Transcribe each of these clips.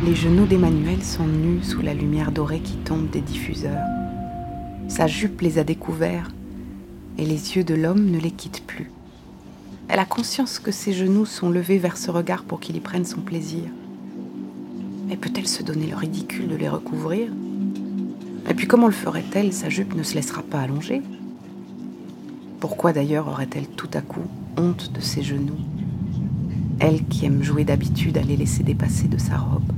Les genoux d'Emmanuelle sont nus sous la lumière dorée qui tombe des diffuseurs. Sa jupe les a découverts et les yeux de l'homme ne les quittent plus. Elle a conscience que ses genoux sont levés vers ce regard pour qu'il y prenne son plaisir. Mais peut-elle se donner le ridicule de les recouvrir ? Et puis comment le ferait-elle ? Sa jupe ne se laissera pas allonger. Pourquoi d'ailleurs aurait-elle tout à coup honte de ses genoux ? Elle qui aime jouer d'habitude à les laisser dépasser de sa robe.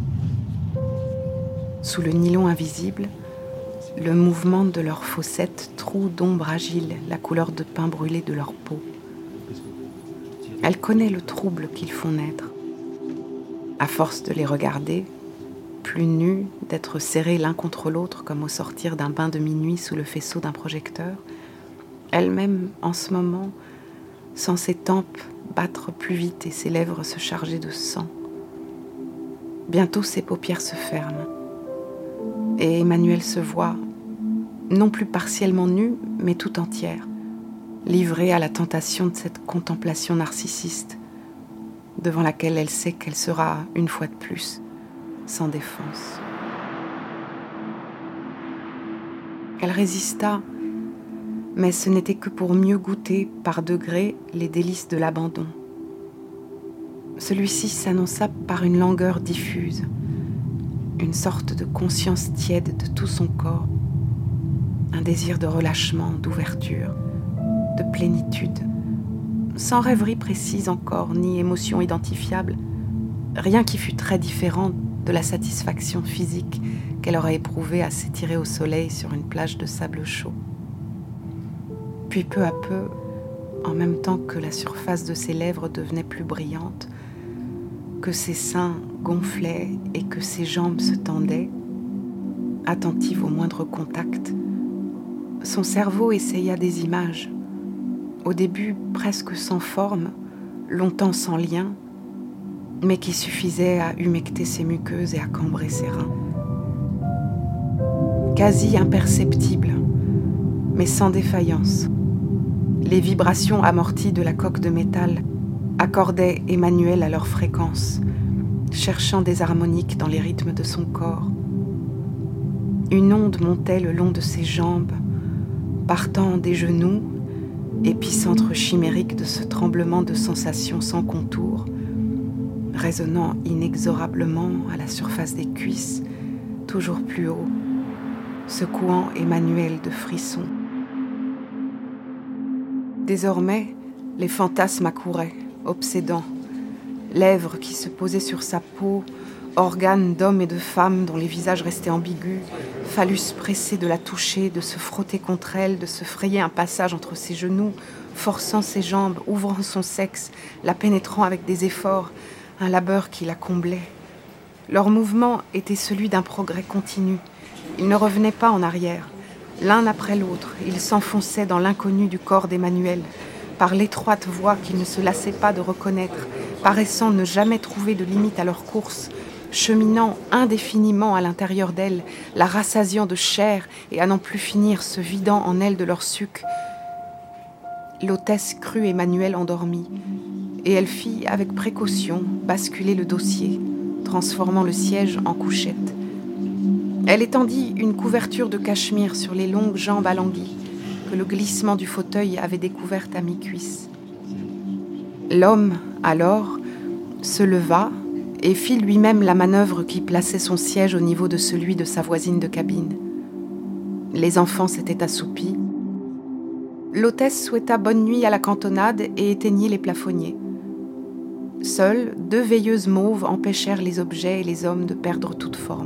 Sous le nylon invisible, le mouvement de leurs fossettes troue d'ombre agile la couleur de pain brûlé de leur peau. Elle connaît le trouble qu'ils font naître. À force de les regarder, plus nus, d'être serrés l'un contre l'autre comme au sortir d'un bain de minuit sous le faisceau d'un projecteur, elle-même, en ce moment, sent ses tempes battre plus vite et ses lèvres se charger de sang. Bientôt, ses paupières se ferment. Et Emmanuelle se voit, non plus partiellement nue, mais tout entière, livrée à la tentation de cette contemplation narcissiste, devant laquelle elle sait qu'elle sera, une fois de plus, sans défense. Elle résista, mais ce n'était que pour mieux goûter, par degrés, les délices de l'abandon. Celui-ci s'annonça par une langueur diffuse, une sorte de conscience tiède de tout son corps, un désir de relâchement, d'ouverture, de plénitude, sans rêverie précise encore, ni émotion identifiable, rien qui fût très différent de la satisfaction physique qu'elle aurait éprouvée à s'étirer au soleil sur une plage de sable chaud. Puis peu à peu, en même temps que la surface de ses lèvres devenait plus brillante, que ses seins gonflaient et que ses jambes se tendaient, attentive au moindre contact, son cerveau essaya des images, au début presque sans forme, longtemps sans lien, mais qui suffisaient à humecter ses muqueuses et à cambrer ses reins. Quasi imperceptible, mais sans défaillance, les vibrations amorties de la coque de métal accordaient Emmanuelle à leur fréquence, cherchant des harmoniques dans les rythmes de son corps. Une onde montait le long de ses jambes, partant des genoux, épicentre chimérique de ce tremblement de sensations sans contour, résonnant inexorablement à la surface des cuisses, toujours plus haut, secouant Emmanuelle de frissons. Désormais, les fantasmes accouraient, obsédants, lèvres qui se posaient sur sa peau, organes d'hommes et de femmes dont les visages restaient ambigus, phallus pressé de la toucher, de se frotter contre elle, de se frayer un passage entre ses genoux, forçant ses jambes, ouvrant son sexe, la pénétrant avec des efforts, un labeur qui la comblait. Leur mouvement était celui d'un progrès continu. Ils ne revenaient pas en arrière. L'un après l'autre, ils s'enfonçaient dans l'inconnu du corps d'Emmanuelle, par l'étroite voie qu'ils ne se lassaient pas de reconnaître, paraissant ne jamais trouver de limite à leur course, cheminant indéfiniment à l'intérieur d'elle, la rassasiant de chair et à n'en plus finir se vidant en elle de leur suc. L'hôtesse crut Emmanuelle endormie, et elle fit avec précaution basculer le dossier, transformant le siège en couchette. Elle étendit une couverture de cachemire sur les longues jambes alanguies que le glissement du fauteuil avait découvertes à mi-cuisse. L'homme, alors, se leva et fit lui-même la manœuvre qui plaçait son siège au niveau de celui de sa voisine de cabine. Les enfants s'étaient assoupis. L'hôtesse souhaita bonne nuit à la cantonade et éteignit les plafonniers. Seules 2 veilleuses mauves empêchèrent les objets et les hommes de perdre toute forme.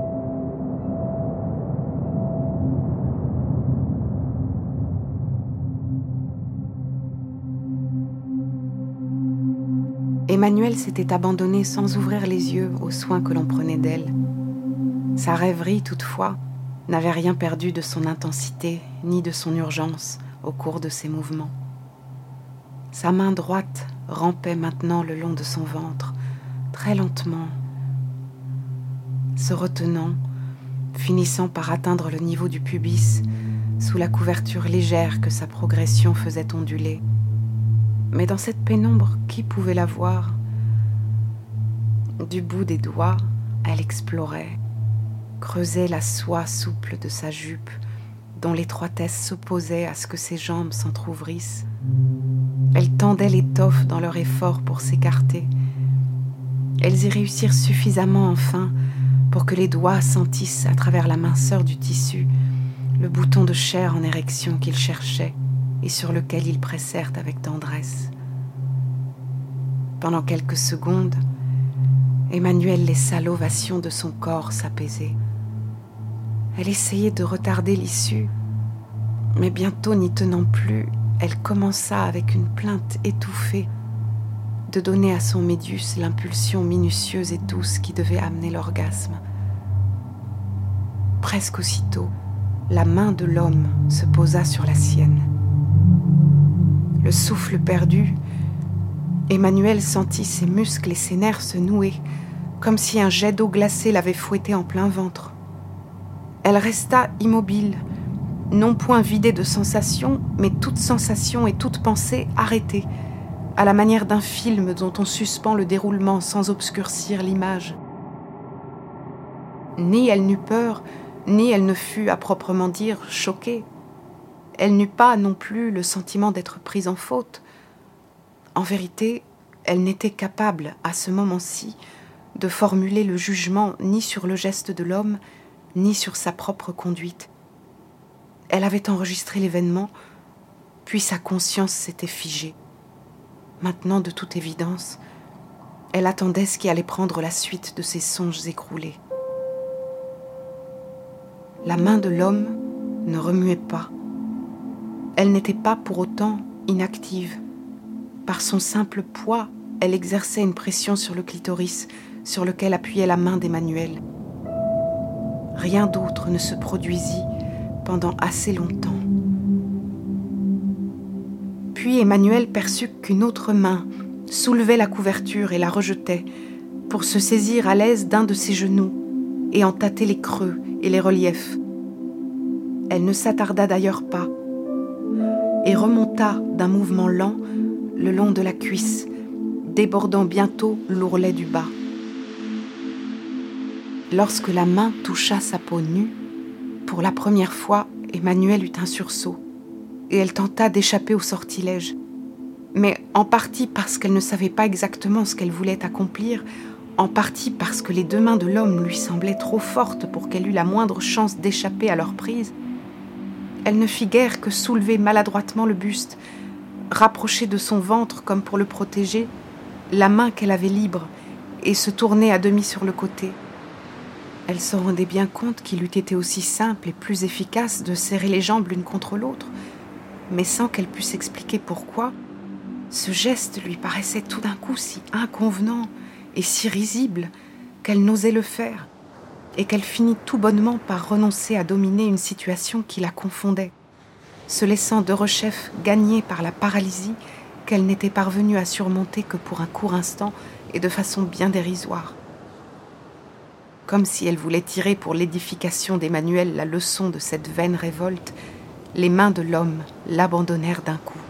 Emmanuelle s'était abandonnée sans ouvrir les yeux aux soins que l'on prenait d'elle. Sa rêverie, toutefois, n'avait rien perdu de son intensité ni de son urgence au cours de ses mouvements. Sa main droite rampait maintenant le long de son ventre, très lentement, se retenant, finissant par atteindre le niveau du pubis sous la couverture légère que sa progression faisait onduler. Mais dans cette pénombre, qui pouvait la voir ? Du bout des doigts, elle explorait, creusait la soie souple de sa jupe, dont l'étroitesse s'opposait à ce que ses jambes s'entr'ouvrissent. Elle tendait l'étoffe dans leur effort pour s'écarter. Elles y réussirent suffisamment enfin pour que les doigts sentissent à travers la minceur du tissu le bouton de chair en érection qu'ils cherchaient et sur lequel ils pressèrent avec tendresse. Pendant quelques secondes, Emmanuelle laissa l'ovation de son corps s'apaiser. Elle essayait de retarder l'issue, mais bientôt n'y tenant plus, elle commença avec une plainte étouffée de donner à son médius l'impulsion minutieuse et douce qui devait amener l'orgasme. Presque aussitôt, la main de l'homme se posa sur la sienne. Le souffle perdu, Emmanuelle sentit ses muscles et ses nerfs se nouer, comme si un jet d'eau glacée l'avait fouettée en plein ventre. Elle resta immobile, non point vidée de sensations, mais toute sensation et toute pensée arrêtée, à la manière d'un film dont on suspend le déroulement sans obscurcir l'image. Ni elle n'eut peur, ni elle ne fut, à proprement dire, choquée. Elle n'eut pas non plus le sentiment d'être prise en faute. En vérité, elle n'était capable, à ce moment-ci, de formuler le jugement ni sur le geste de l'homme, ni sur sa propre conduite. Elle avait enregistré l'événement, puis sa conscience s'était figée. Maintenant, de toute évidence, elle attendait ce qui allait prendre la suite de ses songes écroulés. La main de l'homme ne remuait pas. Elle n'était pas pour autant inactive. Par son simple poids, elle exerçait une pression sur le clitoris, sur lequel appuyait la main d'Emmanuelle. Rien d'autre ne se produisit pendant assez longtemps. Puis Emmanuelle perçut qu'une autre main soulevait la couverture et la rejetait pour se saisir à l'aise d'un de ses genoux et en tâter les creux et les reliefs. Elle ne s'attarda d'ailleurs pas et remonta d'un mouvement lent le long de la cuisse, débordant bientôt l'ourlet du bas. Lorsque la main toucha sa peau nue, pour la première fois, Emmanuelle eut un sursaut et elle tenta d'échapper au sortilège. Mais en partie parce qu'elle ne savait pas exactement ce qu'elle voulait accomplir, en partie parce que les deux mains de l'homme lui semblaient trop fortes pour qu'elle eût la moindre chance d'échapper à leur prise, elle ne fit guère que soulever maladroitement le buste, rapprocher de son ventre comme pour le protéger, la main qu'elle avait libre, et se tourner à demi sur le côté. Elle se rendait bien compte qu'il eût été aussi simple et plus efficace de serrer les jambes l'une contre l'autre, mais sans qu'elle pût s'expliquer pourquoi, ce geste lui paraissait tout d'un coup si inconvenant et si risible qu'elle n'osait le faire, et qu'elle finit tout bonnement par renoncer à dominer une situation qui la confondait, se laissant derechef gagner par la paralysie qu'elle n'était parvenue à surmonter que pour un court instant et de façon bien dérisoire. Comme si elle voulait tirer pour l'édification d'Emmanuelle la leçon de cette vaine révolte, les mains de l'homme l'abandonnèrent d'un coup.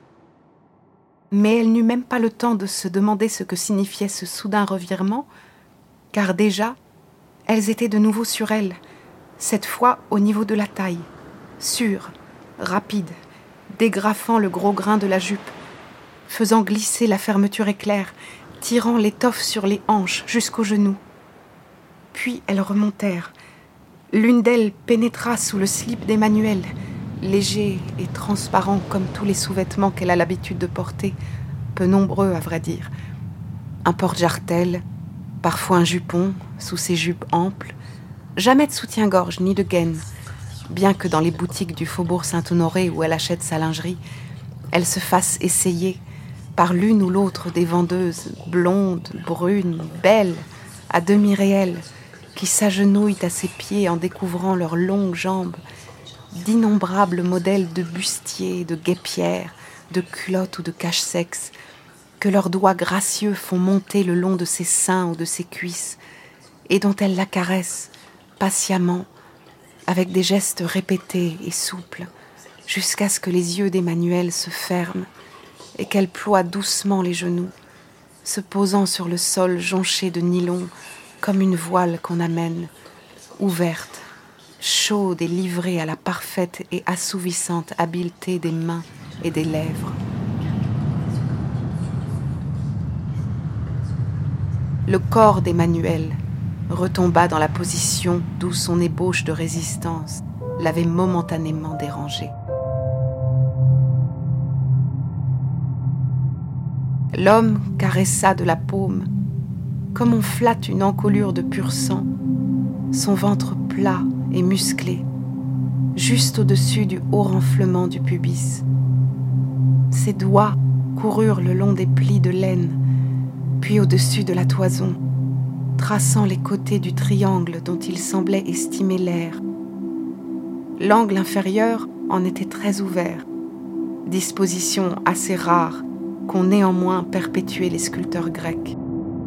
Mais elle n'eut même pas le temps de se demander ce que signifiait ce soudain revirement, car déjà, elles étaient de nouveau sur elle, cette fois au niveau de la taille, sûre, rapide, dégrafant le gros grain de la jupe, faisant glisser la fermeture éclair, tirant l'étoffe sur les hanches jusqu'aux genoux. Puis elles remontèrent. L'une d'elles pénétra sous le slip d'Emmanuelle, léger et transparent comme tous les sous-vêtements qu'elle a l'habitude de porter, peu nombreux à vrai dire. Un porte-jartel, parfois un jupon sous ses jupes amples, jamais de soutien-gorge ni de gaine, bien que dans les boutiques du faubourg Saint-Honoré où elle achète sa lingerie, elle se fasse essayer par l'une ou l'autre des vendeuses blondes, brunes, belles, à demi réelles, qui s'agenouillent à ses pieds en découvrant leurs longues jambes, d'innombrables modèles de bustiers, de guêpières, de culottes ou de cache-sexe, que leurs doigts gracieux font monter le long de ses seins ou de ses cuisses, et dont elle la caresse, patiemment, avec des gestes répétés et souples, jusqu'à ce que les yeux d'Emmanuelle se ferment et qu'elle ploie doucement les genoux, se posant sur le sol jonché de nylon, comme une voile qu'on amène, ouverte, chaude et livrée à la parfaite et assouvissante habileté des mains et des lèvres. Le corps d'Emmanuel retomba dans la position d'où son ébauche de résistance l'avait momentanément dérangé. L'homme caressa de la paume, comme on flatte une encolure de pur sang, son ventre plat et musclé, juste au-dessus du haut renflement du pubis. Ses doigts coururent le long des plis de laine, puis au-dessus de la toison, traçant les côtés du triangle dont il semblait estimer l'air. L'angle inférieur en était très ouvert, disposition assez rare qu'ont néanmoins perpétué les sculpteurs grecs.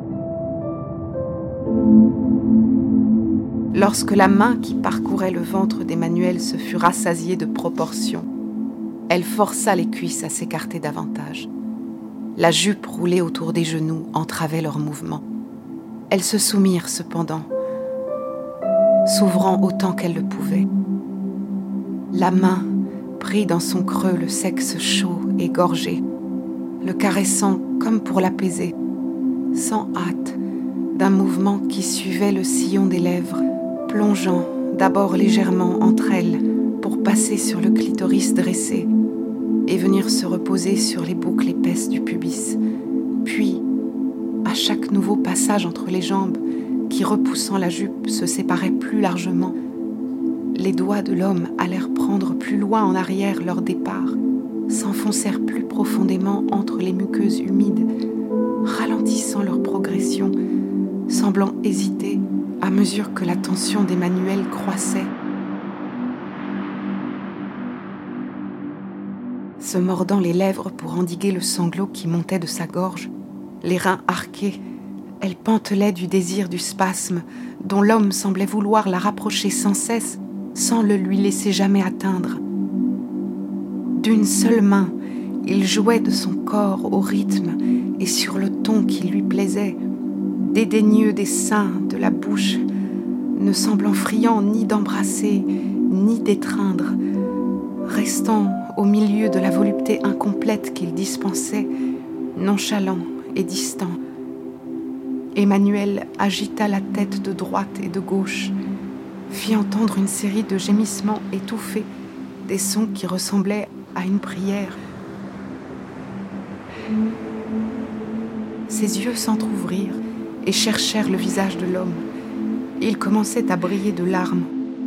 Lorsque la main qui parcourait le ventre d'Emmanuel se fut rassasiée de proportions, elle força les cuisses à s'écarter davantage. La jupe roulée autour des genoux entravait leurs mouvements. Elles se soumirent cependant, s'ouvrant autant qu'elles le pouvaient. La main prit dans son creux le sexe chaud et gorgé, le caressant comme pour l'apaiser, sans hâte, d'un mouvement qui suivait le sillon des lèvres, plongeant d'abord légèrement entre elles pour passer sur le clitoris dressé et venir se reposer sur les boucles épaisses du pubis. Puis, à chaque nouveau passage entre les jambes, qui repoussant la jupe se séparaient plus largement, les doigts de l'homme allèrent prendre plus loin en arrière leur départ, s'enfoncèrent plus profondément entre les muqueuses humides, ralentissant leur progression, semblant hésiter à mesure que la tension d'Emmanuel croissait. Se mordant les lèvres pour endiguer le sanglot qui montait de sa gorge, les reins arqués, elle pantelait du désir du spasme dont l'homme semblait vouloir la rapprocher sans cesse, sans le lui laisser jamais atteindre. D'une seule main, il jouait de son corps au rythme et sur le ton qui lui plaisait, dédaigneux des seins, de la bouche, ne semblant friand ni d'embrasser, ni d'étreindre, restant au milieu de la volupté incomplète qu'il dispensait, nonchalant et distant. Emmanuel agita la tête de droite et de gauche, fit entendre une série de gémissements étouffés, des sons qui ressemblaient à une prière. Ses yeux s'entr'ouvrirent et cherchèrent le visage de l'homme. Il commençait à briller de larmes.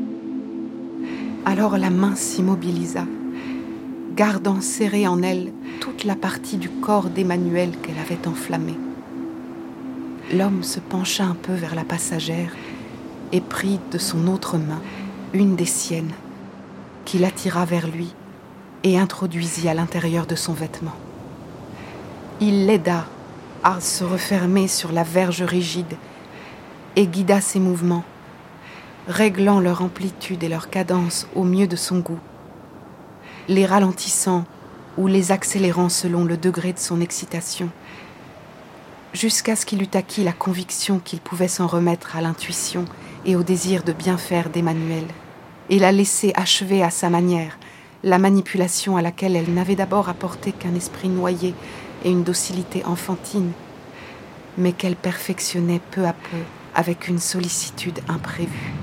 Alors la main s'immobilisa, gardant serrée en elle toute la partie du corps d'Emmanuel qu'elle avait enflammé. L'homme se pencha un peu vers la passagère et prit de son autre main une des siennes, qu'il attira vers lui et introduisit à l'intérieur de son vêtement. Il l'aida à se refermer sur la verge rigide et guida ses mouvements, réglant leur amplitude et leur cadence au mieux de son goût, les ralentissant ou les accélérant selon le degré de son excitation, jusqu'à ce qu'il eût acquis la conviction qu'il pouvait s'en remettre à l'intuition et au désir de bien faire d'Emmanuel, et la laisser achever à sa manière la manipulation à laquelle elle n'avait d'abord apporté qu'un esprit noyé et une docilité enfantine, mais qu'elle perfectionnait peu à peu avec une sollicitude imprévue.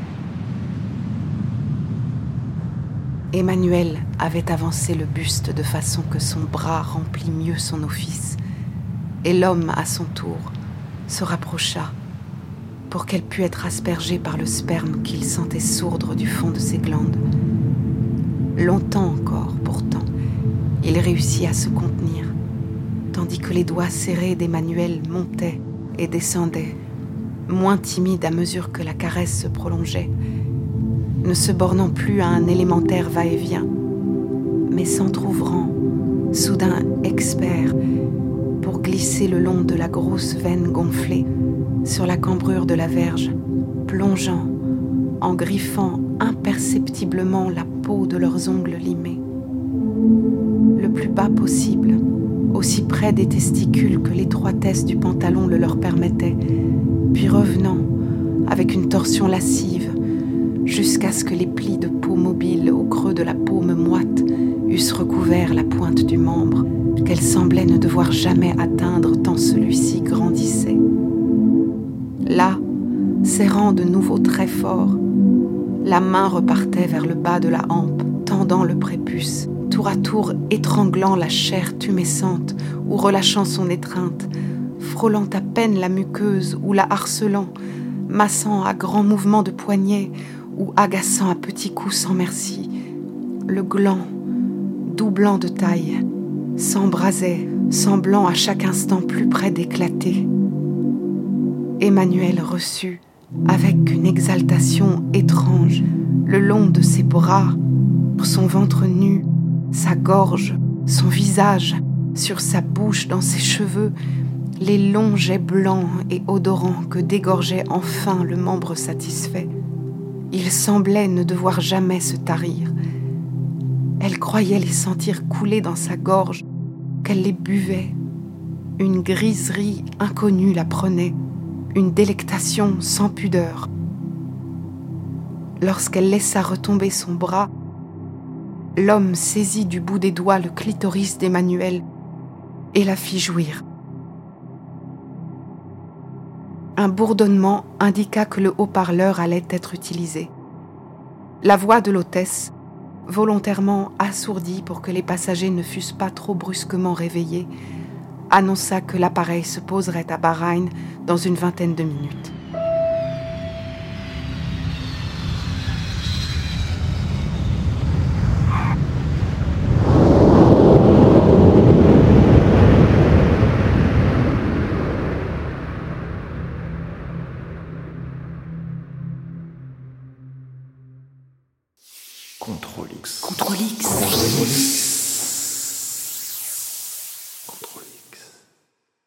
Emmanuel avait avancé le buste de façon que son bras remplît mieux son office, et l'homme, à son tour, se rapprocha pour qu'elle pût être aspergée par le sperme qu'il sentait sourdre du fond de ses glandes. Longtemps encore, pourtant, il réussit à se contenir, tandis que les doigts serrés d'Emmanuel montaient et descendaient, moins timides à mesure que la caresse se prolongeait, ne se bornant plus à un élémentaire va-et-vient, mais s'entr'ouvrant, soudain expert, pour glisser le long de la grosse veine gonflée sur la cambrure de la verge, plongeant, en griffant imperceptiblement la peau de leurs ongles limés. Le plus bas possible, aussi près des testicules que l'étroitesse du pantalon le leur permettait, puis revenant avec une torsion lascive, jusqu'à ce que les plis de peau mobile au creux de la paume moite eussent recouvert la pointe du membre, qu'elle semblait ne devoir jamais atteindre tant celui-ci grandissait. Là, serrant de nouveau très fort, la main repartait vers le bas de la hampe, tendant le prépuce, tour à tour étranglant la chair tumescente ou relâchant son étreinte, frôlant à peine la muqueuse ou la harcelant, massant à grands mouvements de poignet ou agaçant à petits coups sans merci. Le gland, doublant de taille, s'embrasait, semblant à chaque instant plus près d'éclater. Emmanuel reçut, avec une exaltation étrange, le long de ses bras, son ventre nu, sa gorge, son visage, sur sa bouche, dans ses cheveux, les longs jets blancs et odorants que dégorgeait enfin le membre satisfait. Il semblait ne devoir jamais se tarir. Elle croyait les sentir couler dans sa gorge, qu'elle les buvait. Une griserie inconnue la prenait, une délectation sans pudeur. Lorsqu'elle laissa retomber son bras, l'homme saisit du bout des doigts le clitoris d'Emmanuel et la fit jouir. Un bourdonnement indiqua que le haut-parleur allait être utilisé. La voix de l'hôtesse, volontairement assourdie pour que les passagers ne fussent pas trop brusquement réveillés, annonça que l'appareil se poserait à Bahreïn dans une 20aine de minutes. Contrôle X. Contrôle X.